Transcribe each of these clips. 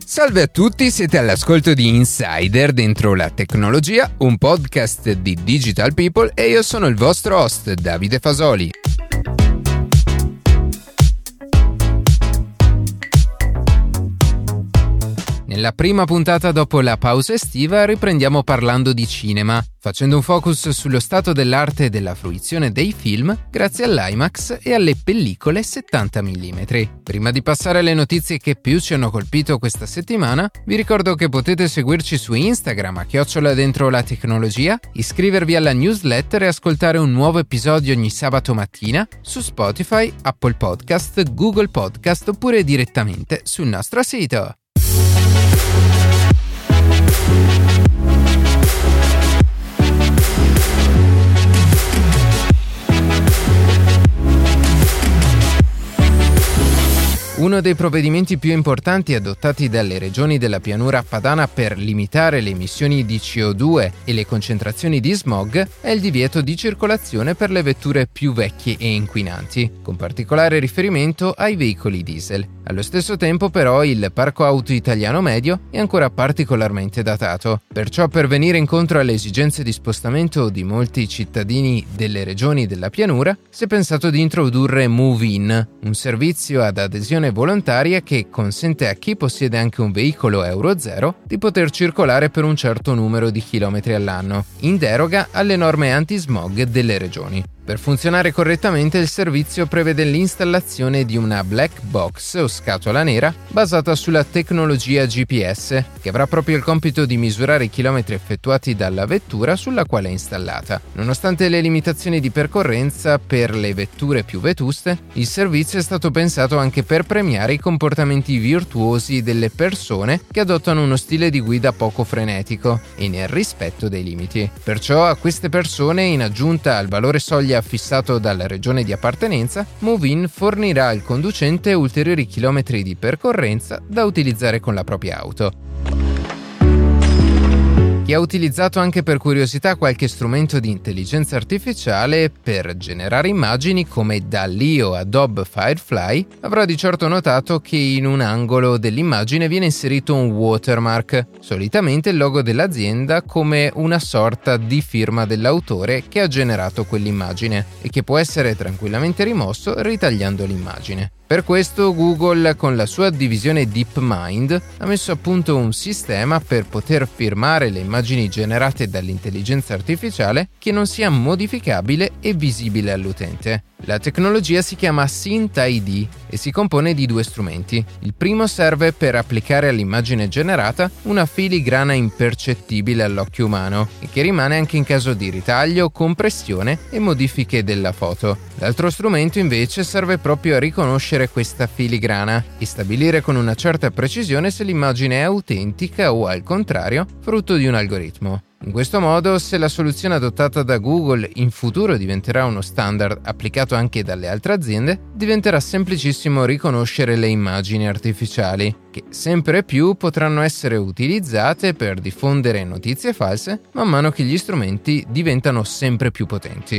Salve a tutti, siete all'ascolto di Insider dentro la tecnologia, un podcast di Digital People e io sono il vostro host Davide Fasoli. Nella prima puntata dopo la pausa estiva riprendiamo parlando di cinema, facendo un focus sullo stato dell'arte e della fruizione dei film grazie all'IMAX e alle pellicole 70 mm. Prima di passare alle notizie che più ci hanno colpito questa settimana, vi ricordo che potete seguirci su Instagram @ dentro la tecnologia, iscrivervi alla newsletter e ascoltare un nuovo episodio ogni sabato mattina su Spotify, Apple Podcast, Google Podcast oppure direttamente sul nostro sito. Uno dei provvedimenti più importanti adottati dalle regioni della pianura padana per limitare le emissioni di CO2 e le concentrazioni di smog è il divieto di circolazione per le vetture più vecchie e inquinanti, con particolare riferimento ai veicoli diesel. Allo stesso tempo, però, il parco auto italiano medio è ancora particolarmente datato. Perciò, per venire incontro alle esigenze di spostamento di molti cittadini delle regioni della pianura, si è pensato di introdurre Move-in, un servizio ad adesione volontaria che consente a chi possiede anche un veicolo Euro 0 di poter circolare per un certo numero di chilometri all'anno, in deroga alle norme anti-smog delle regioni. Per funzionare correttamente il servizio prevede l'installazione di una black box o scatola nera basata sulla tecnologia GPS, che avrà proprio il compito di misurare i chilometri effettuati dalla vettura sulla quale è installata. Nonostante le limitazioni di percorrenza per le vetture più vetuste, il servizio è stato pensato anche per premiare i comportamenti virtuosi delle persone che adottano uno stile di guida poco frenetico e nel rispetto dei limiti. Perciò a queste persone, in aggiunta al valore soglia fissato dalla regione di appartenenza, Move-in fornirà al conducente ulteriori chilometri di percorrenza da utilizzare con la propria auto. Chi ha utilizzato anche per curiosità qualche strumento di intelligenza artificiale per generare immagini come DALL-E o Adobe Firefly avrà di certo notato che in un angolo dell'immagine viene inserito un watermark, solitamente il logo dell'azienda, come una sorta di firma dell'autore che ha generato quell'immagine e che può essere tranquillamente rimosso ritagliando l'immagine. Per questo Google, con la sua divisione DeepMind, ha messo a punto un sistema per poter firmare le immagini generate dall'intelligenza artificiale che non sia modificabile e visibile all'utente. La tecnologia si chiama SynthID e si compone di due strumenti. Il primo serve per applicare all'immagine generata una filigrana impercettibile all'occhio umano e che rimane anche in caso di ritaglio, compressione e modifiche della foto. L'altro strumento invece serve proprio a riconoscere questa filigrana e stabilire con una certa precisione se l'immagine è autentica o, al contrario, frutto di un algoritmo. In questo modo, se la soluzione adottata da Google in futuro diventerà uno standard applicato anche dalle altre aziende, diventerà semplicissimo riconoscere le immagini artificiali, che sempre più potranno essere utilizzate per diffondere notizie false man mano che gli strumenti diventano sempre più potenti.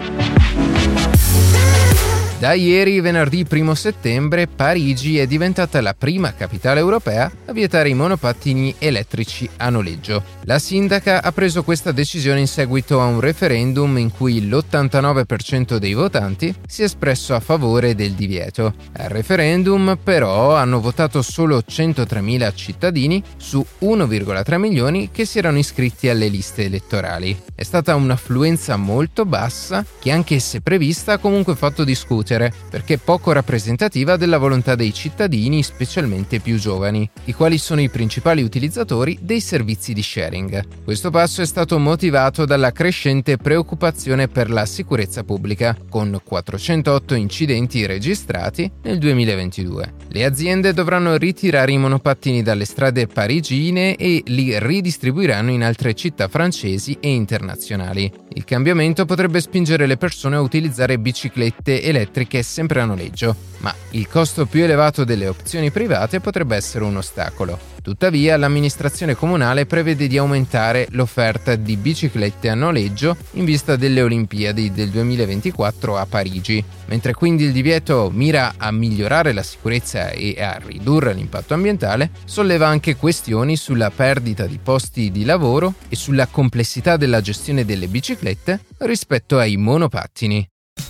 Da ieri, venerdì 1 settembre, Parigi è diventata la prima capitale europea a vietare i monopattini elettrici a noleggio. La sindaca ha preso questa decisione in seguito a un referendum in cui l'89% dei votanti si è espresso a favore del divieto. Al referendum, però, hanno votato solo 103.000 cittadini su 1,3 milioni che si erano iscritti alle liste elettorali. È stata un'affluenza molto bassa che, anche se prevista, ha comunque fatto discutere, perché poco rappresentativa della volontà dei cittadini, specialmente più giovani, i quali sono i principali utilizzatori dei servizi di sharing. Questo passo è stato motivato dalla crescente preoccupazione per la sicurezza pubblica, con 408 incidenti registrati nel 2022. Le aziende dovranno ritirare i monopattini dalle strade parigine e li ridistribuiranno in altre città francesi e internazionali. Il cambiamento potrebbe spingere le persone a utilizzare biciclette elettriche elettriche sempre a noleggio, ma il costo più elevato delle opzioni private potrebbe essere un ostacolo. Tuttavia, l'amministrazione comunale prevede di aumentare l'offerta di biciclette a noleggio in vista delle Olimpiadi del 2024 a Parigi. Mentre quindi il divieto mira a migliorare la sicurezza e a ridurre l'impatto ambientale, solleva anche questioni sulla perdita di posti di lavoro e sulla complessità della gestione delle biciclette rispetto ai monopattini.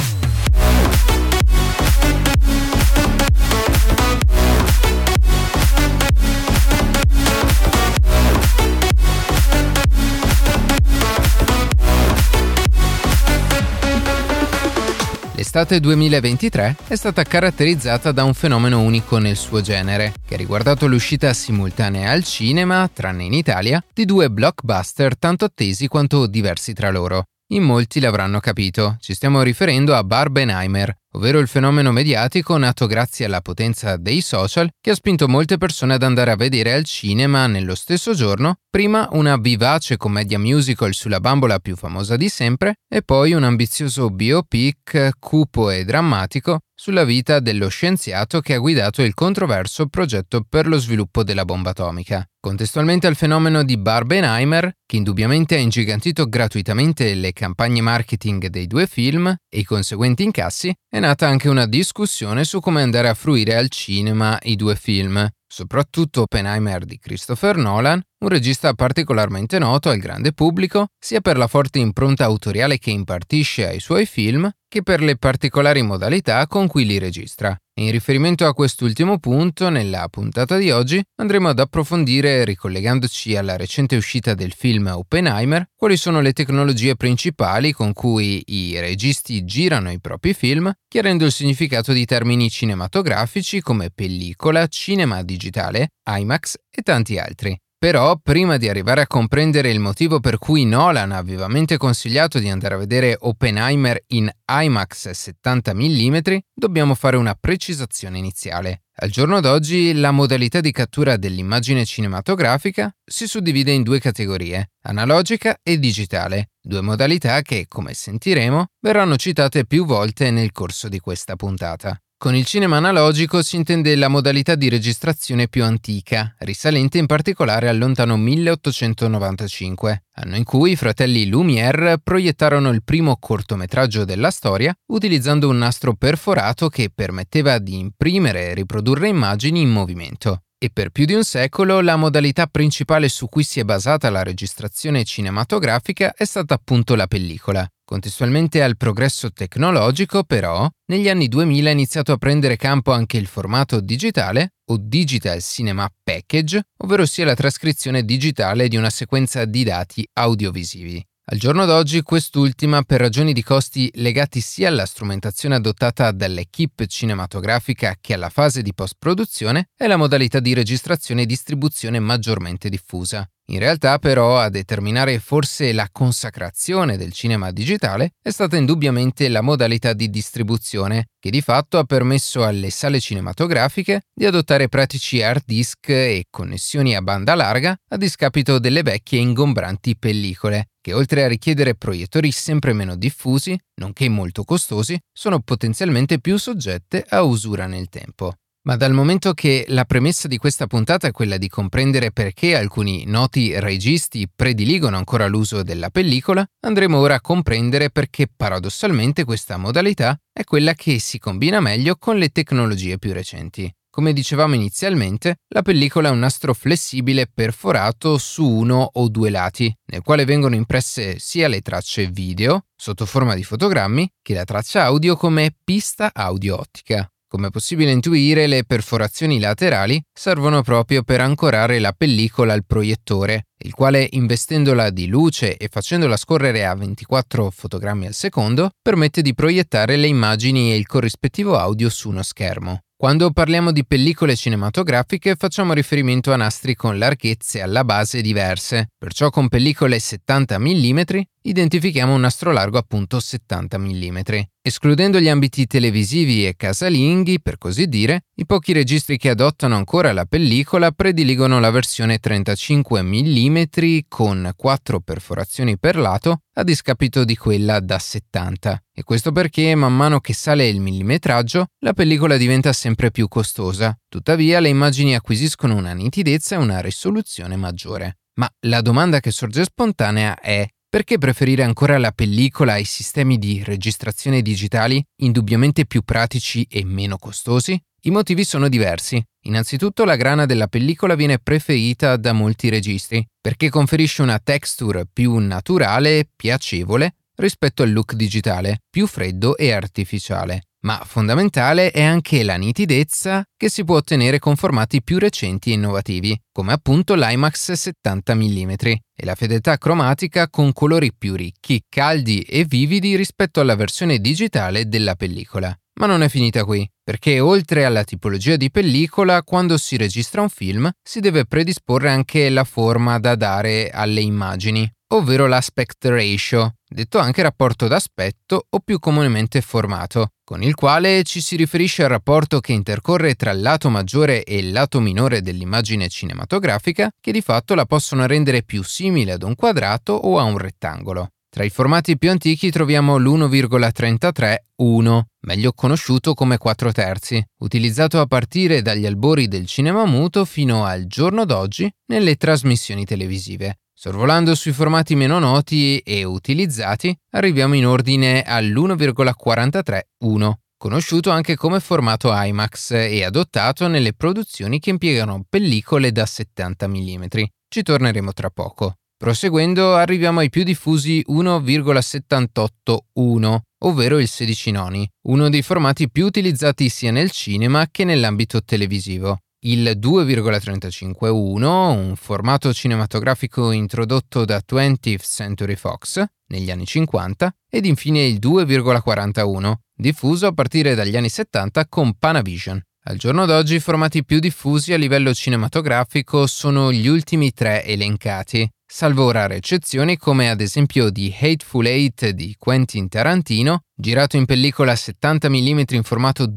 L'estate 2023 è stata caratterizzata da un fenomeno unico nel suo genere, che ha riguardato l'uscita simultanea al cinema, tranne in Italia, di due blockbuster tanto attesi quanto diversi tra loro. In molti l'avranno capito, ci stiamo riferendo a Barbenheimer, ovvero il fenomeno mediatico nato grazie alla potenza dei social che ha spinto molte persone ad andare a vedere al cinema nello stesso giorno, prima una vivace commedia musical sulla bambola più famosa di sempre e poi un ambizioso biopic cupo e drammatico sulla vita dello scienziato che ha guidato il controverso progetto per lo sviluppo della bomba atomica. Contestualmente al fenomeno di Barbenheimer, che indubbiamente ha ingigantito gratuitamente le campagne marketing dei due film e i conseguenti incassi, è nata anche una discussione su come andare a fruire al cinema i due film. Soprattutto Oppenheimer di Christopher Nolan, un regista particolarmente noto al grande pubblico, sia per la forte impronta autoriale che impartisce ai suoi film, che per le particolari modalità con cui li registra. In riferimento a quest'ultimo punto, nella puntata di oggi andremo ad approfondire, ricollegandoci alla recente uscita del film Oppenheimer, quali sono le tecnologie principali con cui i registi girano i propri film, chiarendo il significato di termini cinematografici come pellicola, cinema digitale, IMAX e tanti altri. Però, prima di arrivare a comprendere il motivo per cui Nolan ha vivamente consigliato di andare a vedere Oppenheimer in IMAX 70 mm, dobbiamo fare una precisazione iniziale. Al giorno d'oggi, la modalità di cattura dell'immagine cinematografica si suddivide in due categorie, analogica e digitale, due modalità che, come sentiremo, verranno citate più volte nel corso di questa puntata. Con il cinema analogico si intende la modalità di registrazione più antica, risalente in particolare al lontano 1895, anno in cui i fratelli Lumière proiettarono il primo cortometraggio della storia utilizzando un nastro perforato che permetteva di imprimere e riprodurre immagini in movimento. E per più di un secolo la modalità principale su cui si è basata la registrazione cinematografica è stata appunto la pellicola. Contestualmente al progresso tecnologico, però, negli anni 2000 è iniziato a prendere campo anche il formato digitale o Digital Cinema Package, ovvero sia la trascrizione digitale di una sequenza di dati audiovisivi. Al giorno d'oggi quest'ultima, per ragioni di costi legati sia alla strumentazione adottata dall'equipe cinematografica che alla fase di post-produzione, è la modalità di registrazione e distribuzione maggiormente diffusa. In realtà, però, a determinare forse la consacrazione del cinema digitale è stata indubbiamente la modalità di distribuzione, che di fatto ha permesso alle sale cinematografiche di adottare pratici hard disk e connessioni a banda larga a discapito delle vecchie e ingombranti pellicole, che oltre a richiedere proiettori sempre meno diffusi, nonché molto costosi, sono potenzialmente più soggette a usura nel tempo. Ma dal momento che la premessa di questa puntata è quella di comprendere perché alcuni noti registi prediligono ancora l'uso della pellicola, andremo ora a comprendere perché paradossalmente questa modalità è quella che si combina meglio con le tecnologie più recenti. Come dicevamo inizialmente, la pellicola è un nastro flessibile perforato su uno o due lati, nel quale vengono impresse sia le tracce video, sotto forma di fotogrammi, che la traccia audio come pista audio ottica. Come è possibile intuire, le perforazioni laterali servono proprio per ancorare la pellicola al proiettore, il quale, investendola di luce e facendola scorrere a 24 fotogrammi al secondo, permette di proiettare le immagini e il corrispettivo audio su uno schermo. Quando parliamo di pellicole cinematografiche facciamo riferimento a nastri con larghezze alla base diverse, perciò con pellicole 70 mm identifichiamo un nastro largo appunto 70 mm. Escludendo gli ambiti televisivi e casalinghi, per così dire, i pochi registri che adottano ancora la pellicola prediligono la versione 35 mm con 4 perforazioni per lato a discapito di quella da 70. E questo perché man mano che sale il millimetraggio, la pellicola diventa sempre più costosa. Tuttavia, le immagini acquisiscono una nitidezza e una risoluzione maggiore. Ma la domanda che sorge spontanea è: perché preferire ancora la pellicola ai sistemi di registrazione digitali, indubbiamente più pratici e meno costosi? I motivi sono diversi. Innanzitutto, la grana della pellicola viene preferita da molti registi, perché conferisce una texture più naturale e piacevole rispetto al look digitale, più freddo e artificiale. Ma fondamentale è anche la nitidezza che si può ottenere con formati più recenti e innovativi, come appunto l'IMAX 70 mm, e la fedeltà cromatica con colori più ricchi, caldi e vividi rispetto alla versione digitale della pellicola. Ma non è finita qui, perché oltre alla tipologia di pellicola, quando si registra un film, si deve predisporre anche la forma da dare alle immagini, ovvero l'aspect ratio, detto anche rapporto d'aspetto o più comunemente formato, con il quale ci si riferisce al rapporto che intercorre tra il lato maggiore e il lato minore dell'immagine cinematografica, che di fatto la possono rendere più simile ad un quadrato o a un rettangolo. Tra i formati più antichi troviamo l'1,33:1, meglio conosciuto come 4/3, utilizzato a partire dagli albori del cinema muto fino al giorno d'oggi nelle trasmissioni televisive. Sorvolando sui formati meno noti e utilizzati, arriviamo in ordine all'1,43:1, conosciuto anche come formato IMAX e adottato nelle produzioni che impiegano pellicole da 70 mm. Ci torneremo tra poco. Proseguendo arriviamo ai più diffusi 1,78:1, ovvero il 16 noni, uno dei formati più utilizzati sia nel cinema che nell'ambito televisivo. Il 2,35:1, un formato cinematografico introdotto da 20th Century Fox negli anni 50, ed infine il 2,40:1, diffuso a partire dagli anni 70 con Panavision. Al giorno d'oggi i formati più diffusi a livello cinematografico sono gli ultimi 3 elencati, salvo rare eccezioni come ad esempio The Hateful Eight di Quentin Tarantino, girato in pellicola 70 mm in formato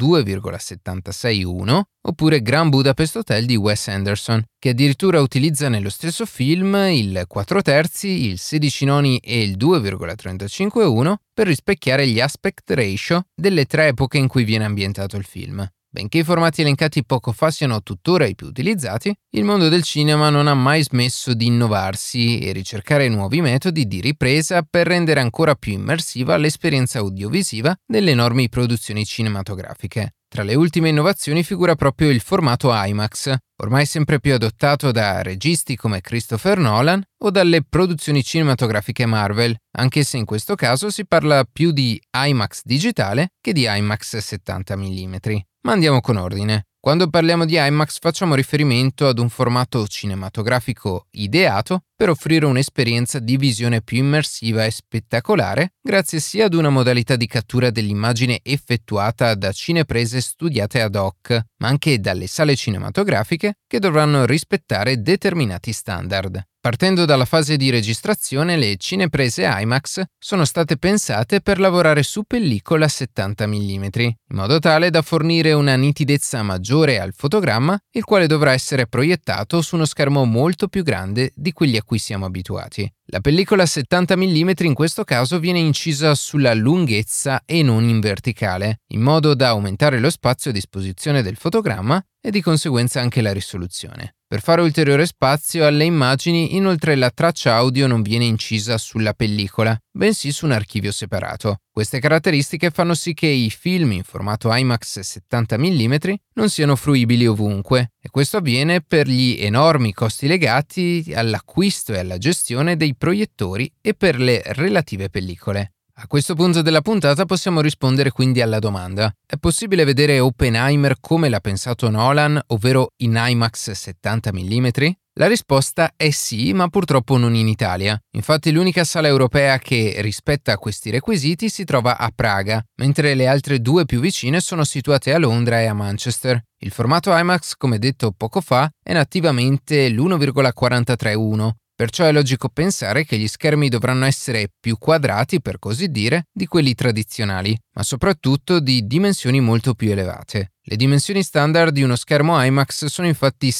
2,76:1, oppure Grand Budapest Hotel di Wes Anderson, che addirittura utilizza nello stesso film il 4/3, il 16 noni e il 2,35:1 per rispecchiare gli aspect ratio delle 3 epoche in cui viene ambientato il film. Benché i formati elencati poco fa siano tuttora i più utilizzati, il mondo del cinema non ha mai smesso di innovarsi e ricercare nuovi metodi di ripresa per rendere ancora più immersiva l'esperienza audiovisiva delle enormi produzioni cinematografiche. Tra le ultime innovazioni figura proprio il formato IMAX, ormai sempre più adottato da registi come Christopher Nolan o dalle produzioni cinematografiche Marvel, anche se in questo caso si parla più di IMAX digitale che di IMAX 70 mm. Ma andiamo con ordine. Quando parliamo di IMAX facciamo riferimento ad un formato cinematografico ideato per offrire un'esperienza di visione più immersiva e spettacolare, grazie sia ad una modalità di cattura dell'immagine effettuata da cineprese studiate ad hoc, ma anche dalle sale cinematografiche che dovranno rispettare determinati standard. Partendo dalla fase di registrazione, le cineprese IMAX sono state pensate per lavorare su pellicola 70 mm, in modo tale da fornire una nitidezza maggiore al fotogramma, il quale dovrà essere proiettato su uno schermo molto più grande di quelli a cui siamo abituati. La pellicola 70 mm in questo caso viene incisa sulla lunghezza e non in verticale, in modo da aumentare lo spazio a disposizione del fotogramma e di conseguenza anche la risoluzione. Per fare ulteriore spazio alle immagini, inoltre la traccia audio non viene incisa sulla pellicola, bensì su un archivio separato. Queste caratteristiche fanno sì che i film in formato IMAX 70 mm non siano fruibili ovunque, e questo avviene per gli enormi costi legati all'acquisto e alla gestione dei proiettori e per le relative pellicole. A questo punto della puntata possiamo rispondere quindi alla domanda: è possibile vedere Oppenheimer come l'ha pensato Nolan, ovvero in IMAX 70 mm? La risposta è sì, ma purtroppo non in Italia. Infatti l'unica sala europea che rispetta questi requisiti si trova a Praga, mentre le altre 2 più vicine sono situate a Londra e a Manchester. Il formato IMAX, come detto poco fa, è nativamente l'1,43:1, Perciò è logico pensare che gli schermi dovranno essere più quadrati, per così dire, di quelli tradizionali, ma soprattutto di dimensioni molto più elevate. Le dimensioni standard di uno schermo IMAX sono infatti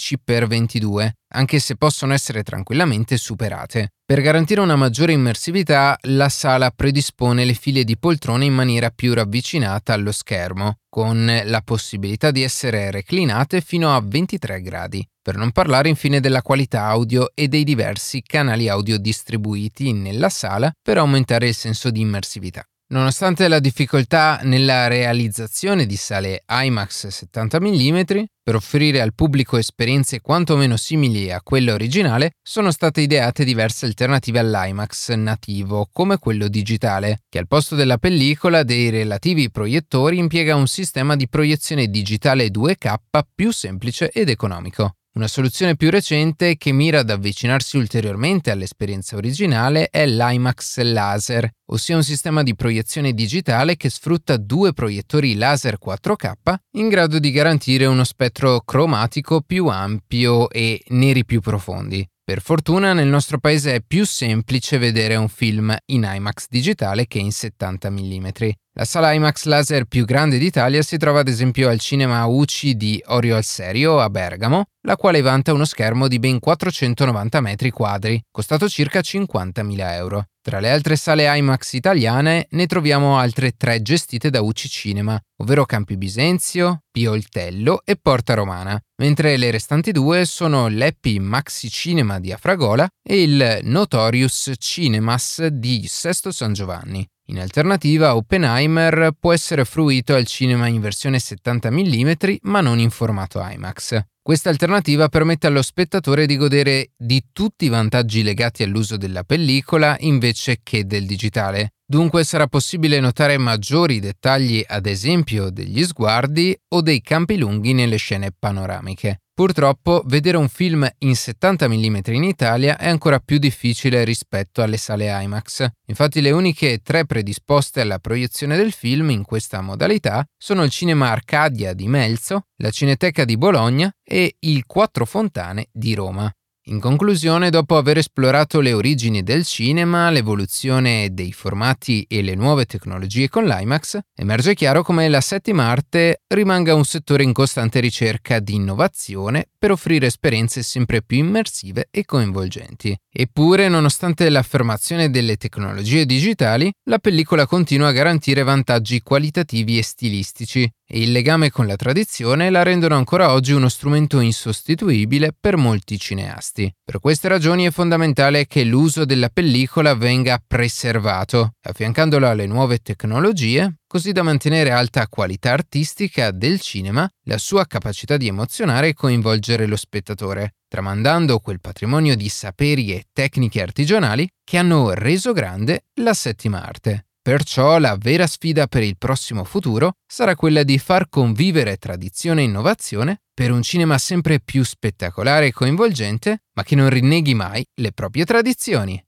16x22, anche se possono essere tranquillamente superate. Per garantire una maggiore immersività, la sala predispone le file di poltrone in maniera più ravvicinata allo schermo, con la possibilità di essere reclinate fino a 23 gradi. Per non parlare infine della qualità audio e dei diversi canali audio distribuiti nella sala per aumentare il senso di immersività. Nonostante la difficoltà nella realizzazione di sale IMAX 70 mm, per offrire al pubblico esperienze quantomeno simili a quella originale, sono state ideate diverse alternative all'IMAX nativo, come quello digitale, che al posto della pellicola dei relativi proiettori impiega un sistema di proiezione digitale 2K più semplice ed economico. Una soluzione più recente che mira ad avvicinarsi ulteriormente all'esperienza originale è l'IMAX Laser, ossia un sistema di proiezione digitale che sfrutta 2 proiettori laser 4K in grado di garantire uno spettro cromatico più ampio e neri più profondi. Per fortuna nel nostro paese è più semplice vedere un film in IMAX digitale che in 70 mm. La sala IMAX laser più grande d'Italia si trova ad esempio al cinema UCI di Orio al Serio a Bergamo, la quale vanta uno schermo di ben 490 metri quadri, costato circa 50.000 euro. Tra le altre sale IMAX italiane ne troviamo altre 3 gestite da UCI Cinema, ovvero Campi Bisenzio, Pio il Tello e Porta Romana, mentre le restanti 2 sono l'Happy Maxi Cinema di Afragola e il Notorious Cinemas di Sesto San Giovanni. In alternativa, Oppenheimer può essere fruito al cinema in versione 70 mm ma non in formato IMAX. Questa alternativa permette allo spettatore di godere di tutti i vantaggi legati all'uso della pellicola invece che del digitale. Dunque sarà possibile notare maggiori dettagli, ad esempio degli sguardi o dei campi lunghi nelle scene panoramiche. Purtroppo, vedere un film in 70 mm in Italia è ancora più difficile rispetto alle sale IMAX. Infatti le uniche 3 predisposte alla proiezione del film in questa modalità sono il Cinema Arcadia di Melzo, la Cineteca di Bologna e il Quattro Fontane di Roma. In conclusione, dopo aver esplorato le origini del cinema, l'evoluzione dei formati e le nuove tecnologie con l'IMAX, emerge chiaro come la settima arte rimanga un settore in costante ricerca di innovazione per offrire esperienze sempre più immersive e coinvolgenti. Eppure, nonostante l'affermazione delle tecnologie digitali, la pellicola continua a garantire vantaggi qualitativi e stilistici, e il legame con la tradizione la rendono ancora oggi uno strumento insostituibile per molti cineasti. Per queste ragioni è fondamentale che l'uso della pellicola venga preservato, affiancandolo alle nuove tecnologie, così da mantenere alta qualità artistica del cinema, la sua capacità di emozionare e coinvolgere lo spettatore, tramandando quel patrimonio di saperi e tecniche artigianali che hanno reso grande la settima arte. Perciò la vera sfida per il prossimo futuro sarà quella di far convivere tradizione e innovazione per un cinema sempre più spettacolare e coinvolgente, ma che non rinneghi mai le proprie tradizioni.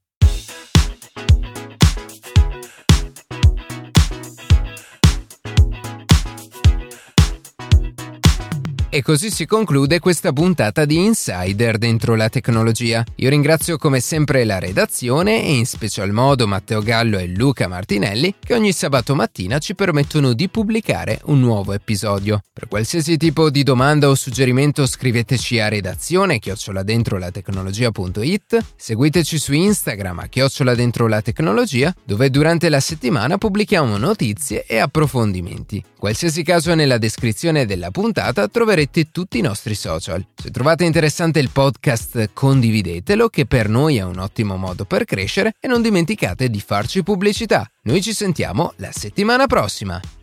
E così si conclude questa puntata di Insider dentro la tecnologia. Io ringrazio come sempre la redazione e in special modo Matteo Gallo e Luca Martinelli che ogni sabato mattina ci permettono di pubblicare un nuovo episodio. Per qualsiasi tipo di domanda o suggerimento scriveteci a redazione@dentrolatecnologia.it, seguiteci su Instagram @dentrolatecnologia, dove durante la settimana pubblichiamo notizie e approfondimenti. Qualsiasi caso, nella descrizione della puntata troverete tutti i nostri social. Se trovate interessante il podcast, condividetelo, che per noi è un ottimo modo per crescere, e non dimenticate di farci pubblicità. Noi ci sentiamo la settimana prossima.